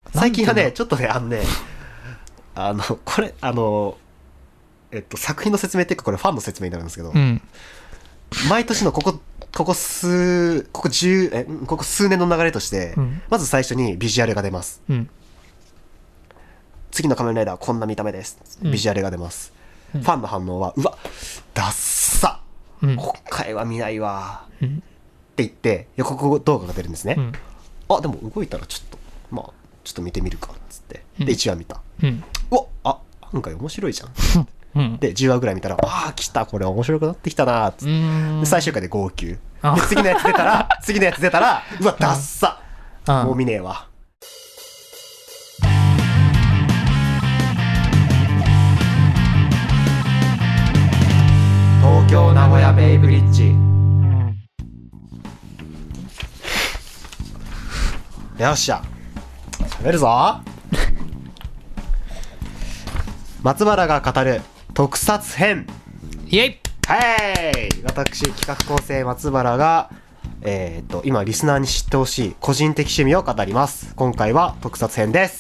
最近はねちょっとねこれ作品の説明っていうかこれファンの説明になるんですけど、 うん。 毎年のここ数年の流れとして、 うん。 まず最初にビジュアルが出ます。 うん。 次の仮面ライダーはこんな見た目です、ビジュアルが出ます、ファンの反応はうわダッサ、今回は見ないわって言って予告動画が出るんですね、あでも動いたらちょっと見てみるかっつって、で1話見た、今回面白いじゃん、で10話ぐらい見たら来たこれ面白くなってきたなっつって、で最終回で号泣で次のやつ出たらうわダッサ、もう見ねえわ。東京名古屋ベイブリッジ、よっしゃ喋るぞ松原が語る特撮編、 イエイ。 私企画構成松原が今リスナーに知ってほしい個人的趣味を語ります。今回は特撮編です。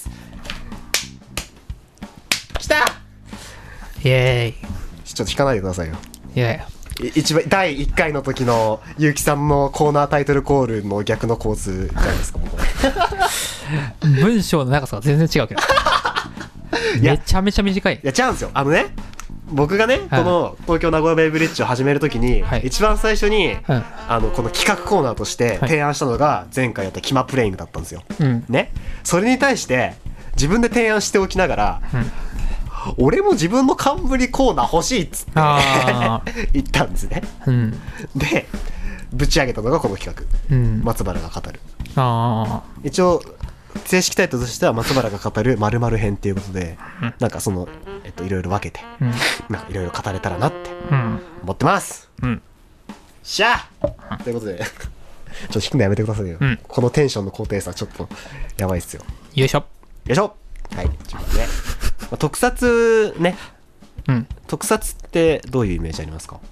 きたイエちょっと引かないでくださいよ。 イ。いやいや。 一番第1回の時の結城さんのコーナータイトルコールの逆の構図じゃないですか。もうこれ文章の長さが全然違うけどめちゃめちゃ短い。 いや違うんですよ。僕がね、この東京名古屋ベイブリッジを始めるときに、一番最初に、この企画コーナーとして提案したのが前回やったキマプレイングだったんですよ、ね。それに対して自分で提案しておきながら、俺も自分の冠コーナー欲しいっつって言ったんですね、でぶち上げたのがこの企画、松原が語る。一応正式タイトルとしては松原が語る〇〇編っていうことで、なんかそのいろいろ分けて、なんかいろいろ語れたらなって思ってます、しゃあということでちょっと引くのやめてくださいよ、このテンションの高低差ちょっとやばいっすよ。 よいしょよいしょ。はい、ということで、特撮ね、特撮ってどういうイメージありますか？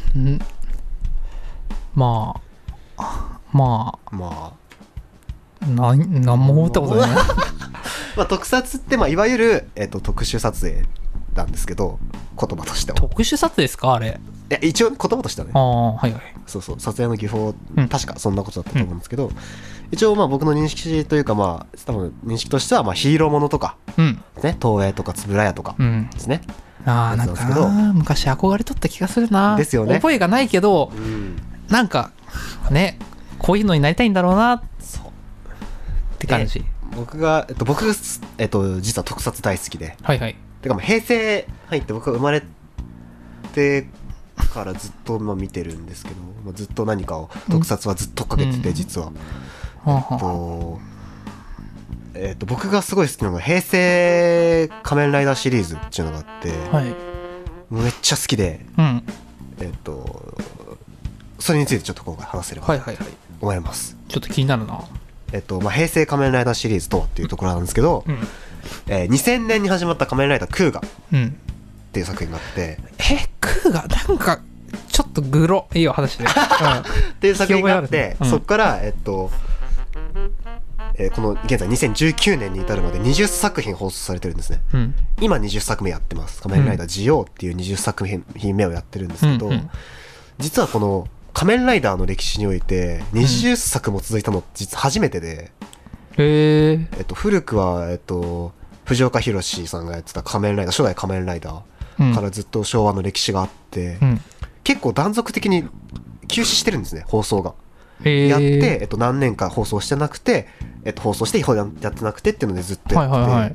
まあなんも思ったことない特撮っていわゆる、特殊撮影なんですけど、言葉としては特殊撮影ですかあれ。 いや一応言葉としてはね、そう撮影の技法、確かそんなことだったと思うんですけど、一応僕の認識というか多分認識としてはヒーローものとか、ね、東映とか円谷とかですね、 なんか昔憧れとった気がするな。 ですよね。 覚えがないけど、なんかねこういうのになりたいんだろうなって感じ。 僕実は特撮大好きで、てか平成入って僕が生まれてからずっと見てるんですけど、ずっと何かを特撮はずっと追っかけてて、実は僕がすごい好きなのが平成仮面ライダーシリーズっていうのがあって、めっちゃ好きで、それについてちょっと今回話せればと思います。 ちょっと気になるな。 平成仮面ライダーシリーズとはっていうところなんですけど、2000年に始まった仮面ライダークーガっていう作品があって、 クーガなんかちょっとグロいいよ話で、 っていう作品があって、そこからこの現在2019年に至るまで20作品放送されてるんですね、今20作目やってます。仮面ライダージオーっていう20作品目をやってるんですけど、実はこの仮面ライダーの歴史において20作も続いたの実は初めてで、古くは藤岡弘さんがやってた仮面ライダー、初代仮面ライダーからずっと昭和の歴史があって、結構断続的に休止してるんですね、放送が。やって、何年か放送してなくて、放送してやってなくてっていうのでずっとやって、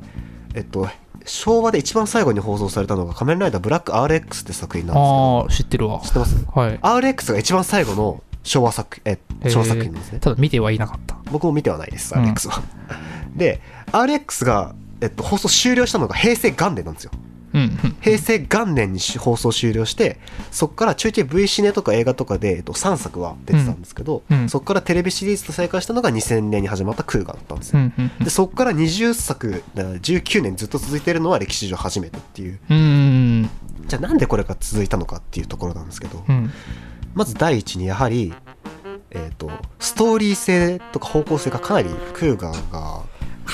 で、昭和で一番最後に放送されたのが仮面ライダーブラック RX って作品なんですけど、知ってるわ。知ってます？RX が一番最後の昭和作品ですね。 ただ見てはいなかった。 僕も見てはないです、RX は。で RX が、放送終了したのが平成元年なんですよ。平成元年に放送終了して、そこからちょいちょい V シネとか映画とかで、3作は出てたんですけど、そこからテレビシリーズと再開したのが2000年に始まったクーガだったんですよ、でそこから20作19年ずっと続いてるのは歴史上初めてっていう、じゃあなんでこれが続いたのかっていうところなんですけど、まず第一にやはり、ストーリー性とか方向性がかなりクーガが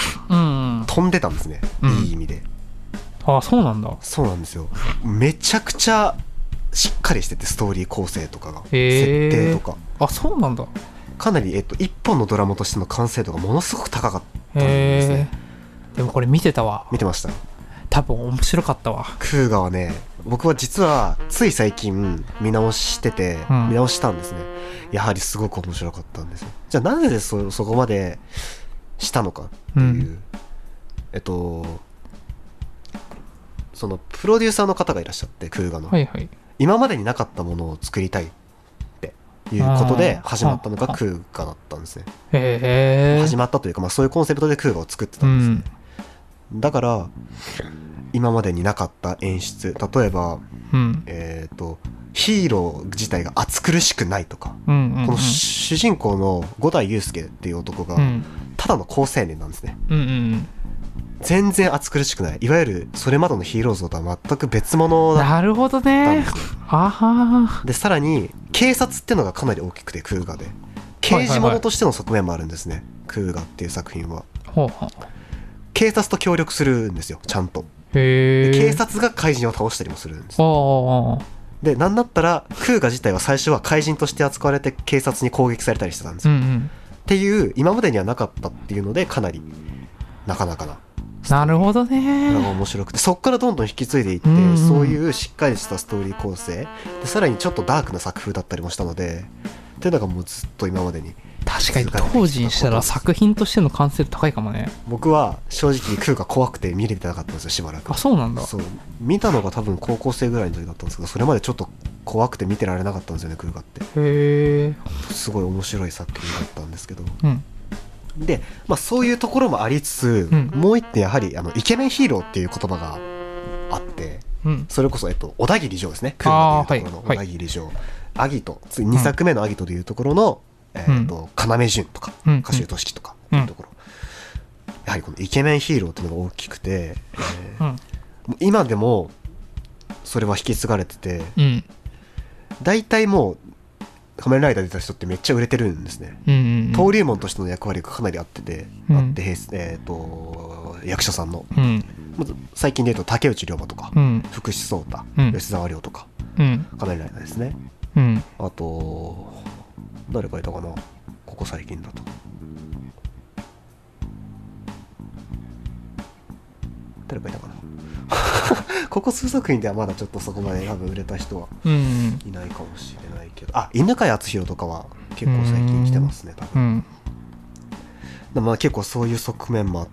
飛んでたんですね、いい意味で。 ああ、そうなんだ。 そうなんですよ。めちゃくちゃしっかりしてて、ストーリー構成とかが、設定とか。 あ、そうなんだ。 かなり、一本のドラマとしての完成度がものすごく高かったんですね。 でもこれ見てたわ。 見てました。 多分面白かったわ。 クーガはね、僕は実はつい最近見直してて、見直したんですね。やはりすごく面白かったんですよ。じゃあなぜそこまでしたのかっていう、そのプロデューサーの方がいらっしゃって、クーガの、はいはい、今までになかったものを作りたいっていうことで始まったのがクーガだったんですね。始まったというか、そういうコンセプトでクーガを作ってたんですね。だから今までになかった演出、例えば、ヒーロー自体が暑苦しくないとか、この主人公の五代祐介っていう男がただの好青年なんですね。全然暑苦しくない、いわゆるそれまでのヒーロー像とは全く別物だったんですね。なるほどね。でさらに警察っていうのがかなり大きくて、クーガで刑事物としての側面もあるんですね、クーガっていう作品は。警察と協力するんですよ、ちゃんと。警察が怪人を倒したりもするんです。でなんだったらクーガ自体は最初は怪人として扱われて警察に攻撃されたりしてたんですよ、っていう今までにはなかったっていうので、かなりなかなかなるほどね、面白くて、そこからどんどん引き継いでいって、そういうしっかりしたストーリー構成で、さらにちょっとダークな作風だったりもしたので、っていうのがもうずっと今までに。 確かに当時にしたら作品としての完成度高いかもね。 僕は正直クーが怖くて見れてなかったんですよ、しばらく。 あ、そうなんだ。 そう、見たのが多分高校生ぐらいの時だったんですけど、それまでちょっと怖くて見てられなかったんですよね、クーガって。すごい面白い作品だったんですけど、で、そういうところもありつつ、もう一点やはりイケメンヒーローっていう言葉があって、それこそ小田切城ですね、クーガでいうところの小田切城、アギト、2作目のアギトでいうところの要潤とか歌手としきとかいうところ、やはりこのイケメンヒーローっていうのが大きくて、今でもそれは引き継がれてて、大体もう仮面ライダー出た人ってめっちゃ売れてるんですね。登竜門としての役割がかなりあってて、役者さんの、最近でいうと竹内涼真とか、福士蒼汰、吉沢亮とか、仮面ライダーですね。あと誰かいたかな、ここ最近だと。誰かいたかなここ数作品ではまだちょっとそこまで多分売れた人はいないかもしれないけど、犬飼敦弘とかは結構最近来てますね、多分。結構そういう側面もあって、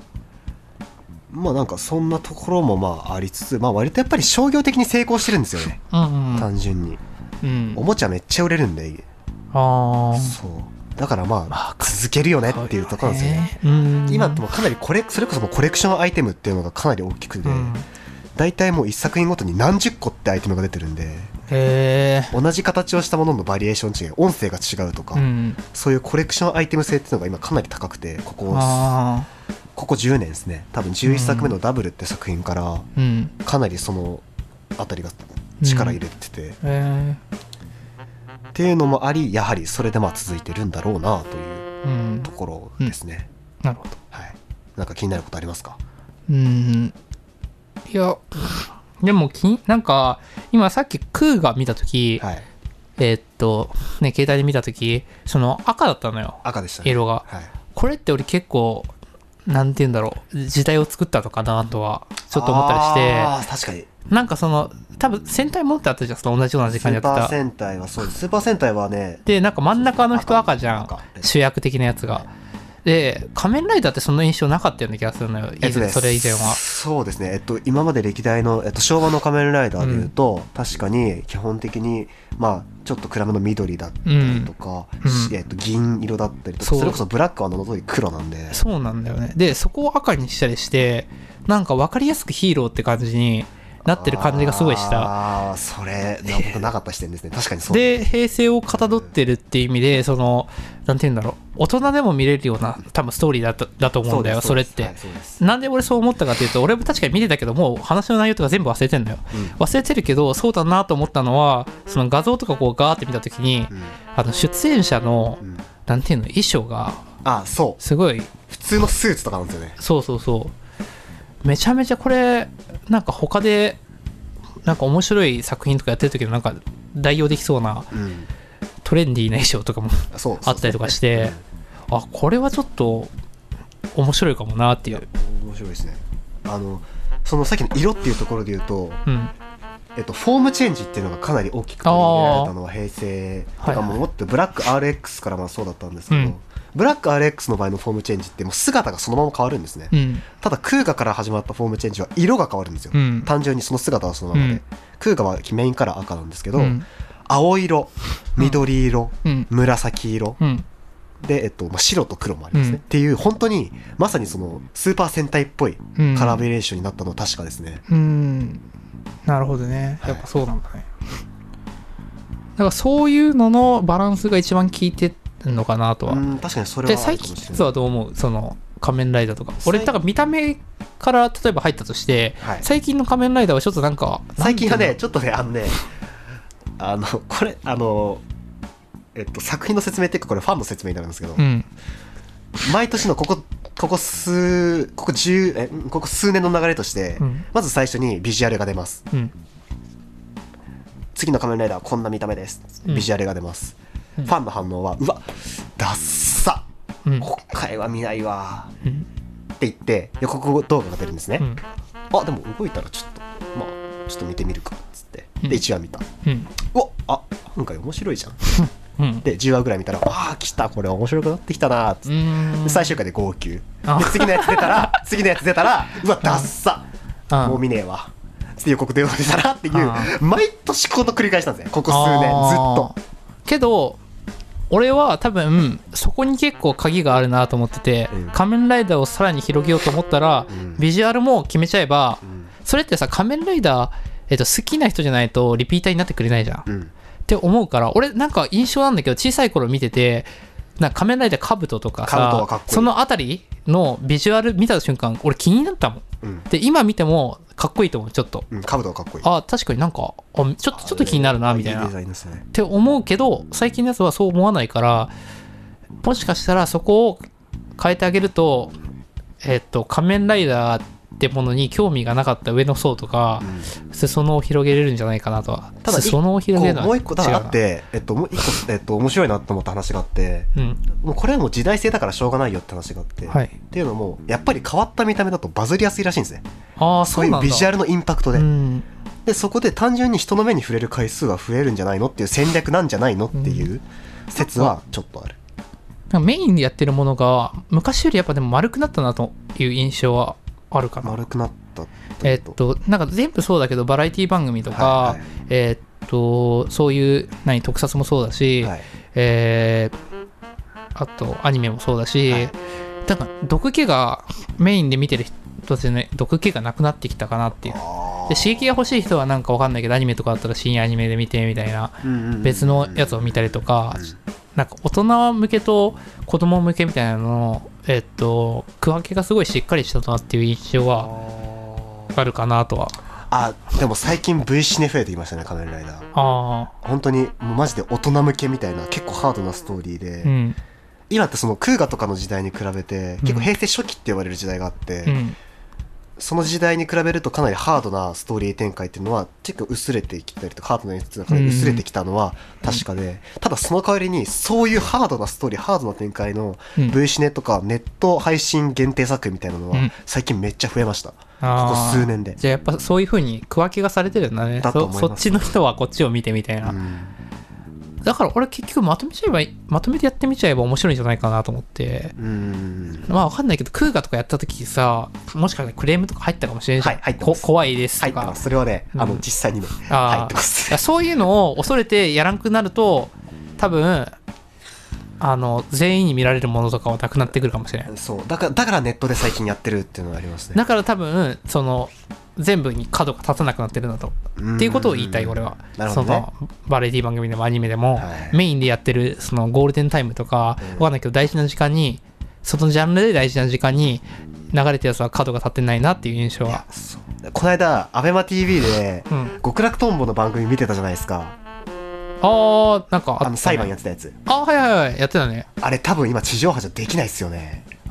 なんかそんなところもありつつ、割とやっぱり商業的に成功してるんですよね、単純に。おもちゃめっちゃ売れるんで、そうだから続けるよねっていうところなんですよね。今ってもかなりそれこそコレクションアイテムっていうのがかなり大きくて、だいたいもう1作品ごとに何十個ってアイテムが出てるんで、同じ形をしたもののバリエーション違い、音声が違うとか、そういうコレクションアイテム性っていうのが今かなり高くて、ここ10年ですね。多分11作目のダブルって作品からかなりそのあたりが力入れてて、っていうのもあり、やはりそれで続いてるんだろうなというところですね。 なるほど。 はい。なんか気になることありますか？ いや、でもなんか今さっきクーが見たとき、携帯で見たとき、その赤だったのよ。 赤でしたね。 色が。これって俺結構なんて言うんだろう、時代を作ったのかなとはちょっと思ったりして。 確かに。 なんか多分戦隊ものってあったじゃん、その同じような時間にやってた。 スーパー戦隊はそうです。スーパー戦隊はね、 でなんか真ん中の人赤じゃん、主役的なやつが。で仮面ライダーってそんな印象なかったような気がするのよ、それ以前は。そうですね、今まで歴代の、昭和の仮面ライダーでいうと、確かに基本的にちょっと暗めの緑だったりとか、銀色だったりとか、それこそブラックはのぞい黒なんで。 そうなんだよね。でそこを赤にしたりして、なんか分かりやすくヒーローって感じになってる感じがすごいした。 それなかった視点ですね。確かにそうで、平成をかたどってるっていう意味で、なんていうんだろう、大人でも見れるような多分ストーリーだと思うんだよ、それって。なんで俺そう思ったかっていうと、俺も確かに見てたけど、もう話の内容とか全部忘れてんのよ。忘れてるけど、そうだなと思ったのは、その画像とかこうガーって見たときに、出演者の、なんていうの、衣装がすごい普通のスーツとかなんですよね。 そうそうそう、めちゃめちゃこれなんか他でなんか面白い作品とかやってる時のなんか代用できそうな、トレンディーな衣装とかもあったりとかして、あ、これはちょっと面白いかもなっていう。 面白いですね。そのさっきの色っていうところで言うと、フォームチェンジっていうのがかなり大きく取り入れられたのは平成とかもっとブラック RX からまあそうだったんですけど、ブラック RX の場合のフォームチェンジってもう姿がそのまま変わるんですね、ただクーガから始まったフォームチェンジは色が変わるんですよ、単純にその姿はそのままで、クーガはメインカラー赤なんですけど、青色、緑色、紫色、で、白と黒もありますね、っていう本当にまさにそのスーパー戦隊っぽいカラーベリエーションになったのは確かですね。 なるほどね、やっぱそうなんだね。だからそういうののバランスが一番効いてるのかなとは。 確かにそれはあるかもしれない。 で最近はどう思う、その仮面ライダーとか。俺だから見た目から例えば入ったとして、最近の仮面ライダーはちょっとなんか最近はねちょっとねこれ作品の説明っていうかこれファンの説明になるんですけど、毎年のここ数年の流れとして、まず最初にビジュアルが出ます、次の仮面ライダーはこんな見た目です、ビジュアルが出ます、ファンの反応はうわダッサ、今回は見ないわ、って言って予告動画が出るんですね、あでも動いたらちょっと見てみるかっつって、で1話見た、今回面白いじゃん、で10話ぐらい見たら来たこれ面白くなってきたなっつって最終回で号泣で次のやつ出たらうわダッサもう見ねえわって予告電話出たらっていう毎年この繰り返しなんですね、ここ数年ずっと。 けど俺は多分そこに結構鍵があるなと思ってて、仮面ライダーをさらに広げようと思ったら、ビジュアルも決めちゃえば、それってさ仮面ライダー、好きな人じゃないとリピーターになってくれないじゃん、って思うから、俺なんか印象なんだけど小さい頃見ててなんか仮面ライダーカブトとかさ、そのあたりのビジュアル見た瞬間俺気になったもん、で今見てもかっこいいと思う、ちょっと、 カブトはかっこいい、 確かになんかちょっと気になるなみたいなって思うけど、最近のやつはそう思わないから、もしかしたらそこを変えてあげると、仮面ライダーってものに興味がなかった上の層とか、裾野を広げれるんじゃないかなとは。 ただ裾野を広げるのはもう一個あって、もう一個面白いなと思った話があって、もうこれはもう時代性だからしょうがないよって話があって、っていうのもやっぱり変わった見た目だとバズりやすいらしいんですね。そういうビジュアルのインパクトで、でそこで単純に人の目に触れる回数が増えるんじゃないのっていう戦略なんじゃないのっていう説はちょっとある。 メインでやってるものが昔よりやっぱでも丸くなったなという印象はあるかな。 丸くなったなんか全部そうだけどバラエティ番組とか、そういう特撮もそうだし、あとアニメもそうだし、なんか毒気がメインで見てる人たちね、毒気がなくなってきたかなっていう。で刺激が欲しい人はなんかわかんないけどアニメとかあったら深夜アニメで見てみたいな、別のやつを見たりとか、なんか大人向けと子供向けみたいなのの区分けがすごいしっかりしたなっていう印象はあるかなとは。 でも最近 V シネ増えてきましたね、仮面ライダー。本当にもうマジで大人向けみたいな結構ハードなストーリーで、今ってそのクーガとかの時代に比べて結構平成初期って呼ばれる時代があって、その時代に比べるとかなりハードなストーリー展開っていうのは結構薄れてきたりとか、ハードな演出がかなり薄れてきたのは確かで、ただその代わりにそういうハードなストーリー、ハードな展開の V シネとかネット配信限定作品みたいなのは最近めっちゃ増えました、ここ数年で。 じゃあやっぱそういう風に区分けがされてるんだね。そっちの人はこっちを見てみたいな、だから俺結局まとめてやってみちゃえば面白いんじゃないかなと思って、まあ分かんないけどクーガとかやった時さ、もしかしたらクレームとか入ったかもしれないじゃん、入ってます、怖いですとか。 入ってます、それはね、実際にね入ってます。 そういうのを恐れてやらんくなると多分全員に見られるものとかはなくなってくるかもしれない。 そうだからネットで最近やってるっていうのがありますね。 だから多分その全部に角が立たなくなってるんだとっていうことを言いたい俺は。そのバラエティ番組でもアニメでも、メインでやってるそのゴールデンタイムとか分かんないけど大事な時間に、そのジャンルで大事な時間に流れてるやつは角が立ってないなっていう印象は。 この間アベマ TV で極楽とんぼの番組見てたじゃないですか。 なんか裁判やってたやつ。 はいやってたね。 あれ多分今地上波じゃできないっすよね。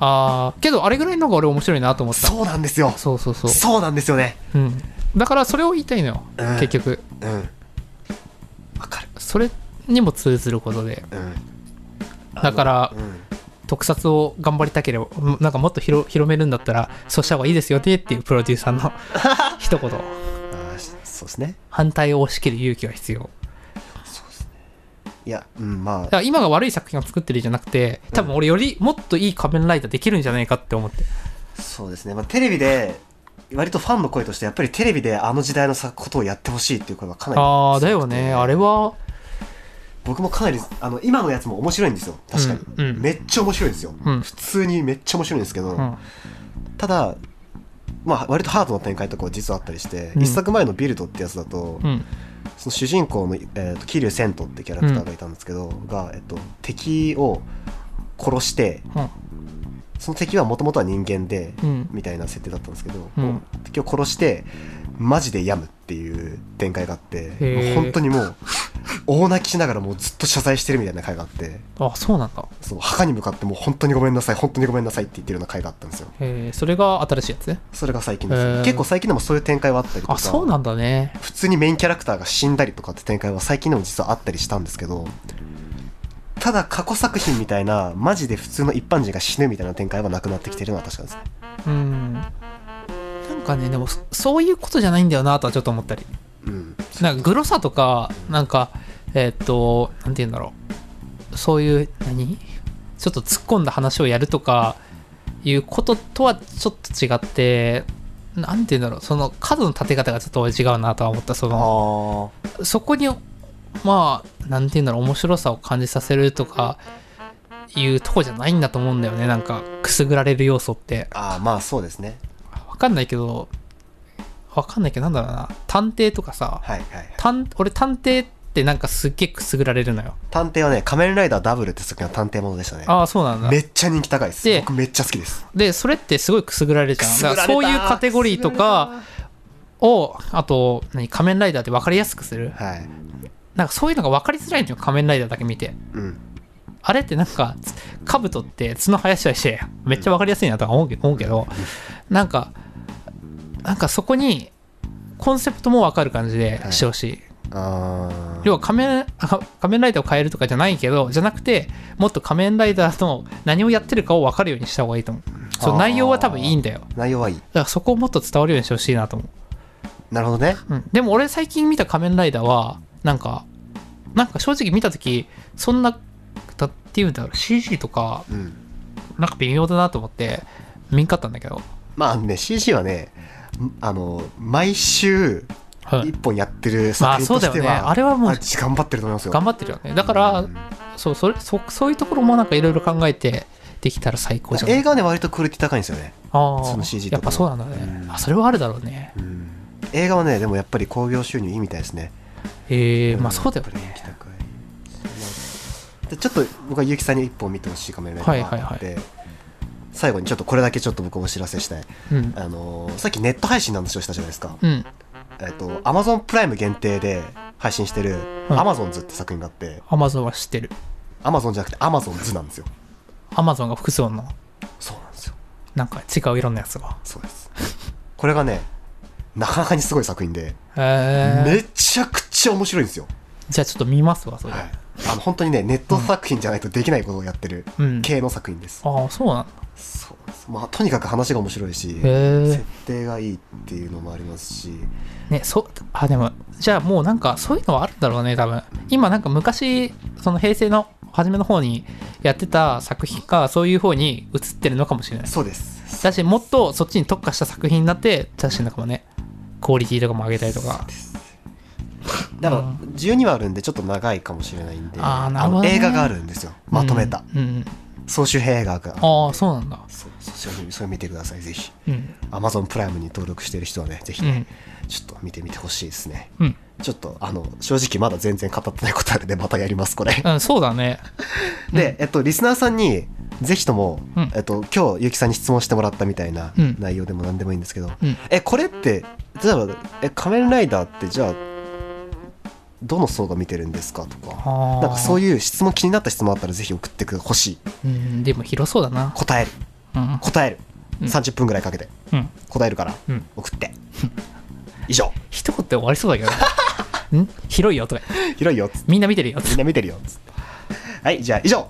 けどあれぐらいの方が俺面白いなと思った。 そうなんですよ。 そうそうそう。 そうなんですよね。 だからそれを言いたいのよ、結局。 わかる。 それにも通ずることで。だから、特撮を頑張りたければ、なんかもっと広めるんだったらそうした方がいいですよねっていうプロデューサーの一言。 そうですね。 反対を押し切る勇気は必要。 そうですね。いや、まあ。 だから今が悪い作品を作ってるんじゃなくて、多分俺よりもっといい仮面ライダーできるんじゃないかって思って。 そうですね。テレビで割とファンの声としてやっぱりテレビであの時代のことをやってほしいっていう声がかなり。 だよね。あれは。 僕もかなり今のやつも面白いんですよ。確かに。めっちゃ面白いんですよ。普通にめっちゃ面白いんですけど、ただ。割とハードな展開とか実はあったりして、一作前のビルドってやつだと、その主人公の桐生千斗ってキャラクターがいたんですけど、敵を殺して、その敵はもともとは人間で、みたいな設定だったんですけど、敵を殺してマジで病むっていう展開があって、もう本当にもう大泣きしながらもうずっと謝罪してるみたいな回があって、 そうなんだ。 そう、墓に向かってもう本当にごめんなさい、本当にごめんなさいって言ってるような回があったんですよ。 それが新しいやつ？ それが最近です。結構最近でもそういう展開はあったりとか。 そうなんだね。 普通にメインキャラクターが死んだりとかって展開は最近でも実はあったりしたんですけど、ただ過去作品みたいなマジで普通の一般人が死ぬみたいな展開はなくなってきてるのは確かですね。 なんかね、でもそういうことじゃないんだよなとはちょっと思ったり、なんかグロさとか、なんかなんて言うんだろう、そういうちょっと突っ込んだ話をやるとかいうこととはちょっと違って、なんて言うんだろう、その角の立て方がちょっと違うなとは思った。そこになんて言うんだろう、面白さを感じさせるとかいうとこじゃないんだと思うんだよね。なんかくすぐられる要素って。 そうですね。 わかんないけどなんだろうな、探偵とかさ、俺探偵ってなんかすっげえくすぐられるのよ。 探偵はね、仮面ライダーダブルって作品の探偵ものでしたね。 そうなんだ。 めっちゃ人気高いです。僕めっちゃ好きです。 でそれってすごいくすぐられるじゃん。だからそういうカテゴリーとかを、あと仮面ライダーって分かりやすくする、なんかそういうのが分かりづらいのよ、仮面ライダーだけ見て。あれってなんか兜って角生やしたりしてめっちゃ分かりやすいなとは思うけど、なんかそこにコンセプトも分かる感じでしてほしい。要は仮面ライダーを変えるとかじゃないけど、じゃなくてもっと仮面ライダーの何をやってるかを分かるようにした方がいいと思う。その内容は多分いいんだよ。 内容はいい。 だからそこをもっと伝わるようにしてほしいなと思う。 なるほどね。 でも俺最近見た仮面ライダーはなんか正直見た時そんなっていうんだろう、 CG とかなんか微妙だなと思って見んかったんだけど、 CG はね、毎週一本やってる作品としては、 そうだよね、あれはもう頑張ってると思いますよ。 頑張ってるよね。だから、そういうところもなんかいろいろ考えてできたら最高じゃん。 映画はね割とクオリティ高いんですよね。その CG とかやっぱそうなんだね。それはあるだろうね。 映画はねでもやっぱり興行収入いいみたいですね。 そうだよね。 ちょっと僕は結城さんに一本見てほしい仮面ライダーがあって、最後にちょっとこれだけちょっと僕お知らせしたい。さっきネット配信の話をしたじゃないですか。Amazon プライム限定で配信してる Amazons って作品があって、 Amazon は知ってる。 Amazon じゃなくて Amazons なんですよ。 Amazon が複数の。 そうなんですよ。 なんか違ういろんなやつが。 そうです。これがねなかなかにすごい作品で、めちゃくちゃ面白いんですよ。 じゃあちょっと見ますわそれ。 本当にねネット作品じゃないとできないことをやってる系の作品です。 そうなんだ。 そうです。とにかく話が面白いし、設定がいいっていうのもありますしね。でもじゃあもうなんかそういうのはあるんだろうね多分。今なんか昔その平成の初めの方にやってた作品がそういう方に映ってるのかもしれない。 そうです。 だしもっとそっちに特化した作品になって出してるのかもね。クオリティとかも上げたりとか。 だから12話あるんでちょっと長いかもしれないんで、映画があるんですよ、まとめた、総集編映画が。 そうなんだ。 それ見てくださいぜひ。Amazon プライムに登録してる人はねぜひね、ちょっと見てみてほしいですね。ちょっと正直まだ全然語ってないことあるんでまたやりますこれ。 そうだね。 でリスナーさんにぜひとも、今日ゆきさんに質問してもらったみたいな内容でも何でもいいんですけど、これって例えば仮面ライダーってじゃあどの層が見てるんですかとか、なんかそういう質問、気になった質問あったらぜひ送ってほしい。 でも広そうだな。 答える。 答える、30分ぐらいかけて、答えるから、送って、以上。 一言で終わりそうだけどん広いよとか広いよみんな見てるよみんな見てるよつって。はい、じゃあ以上。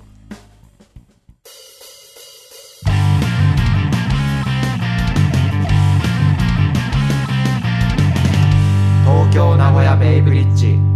東京名古屋ベイブリッジ。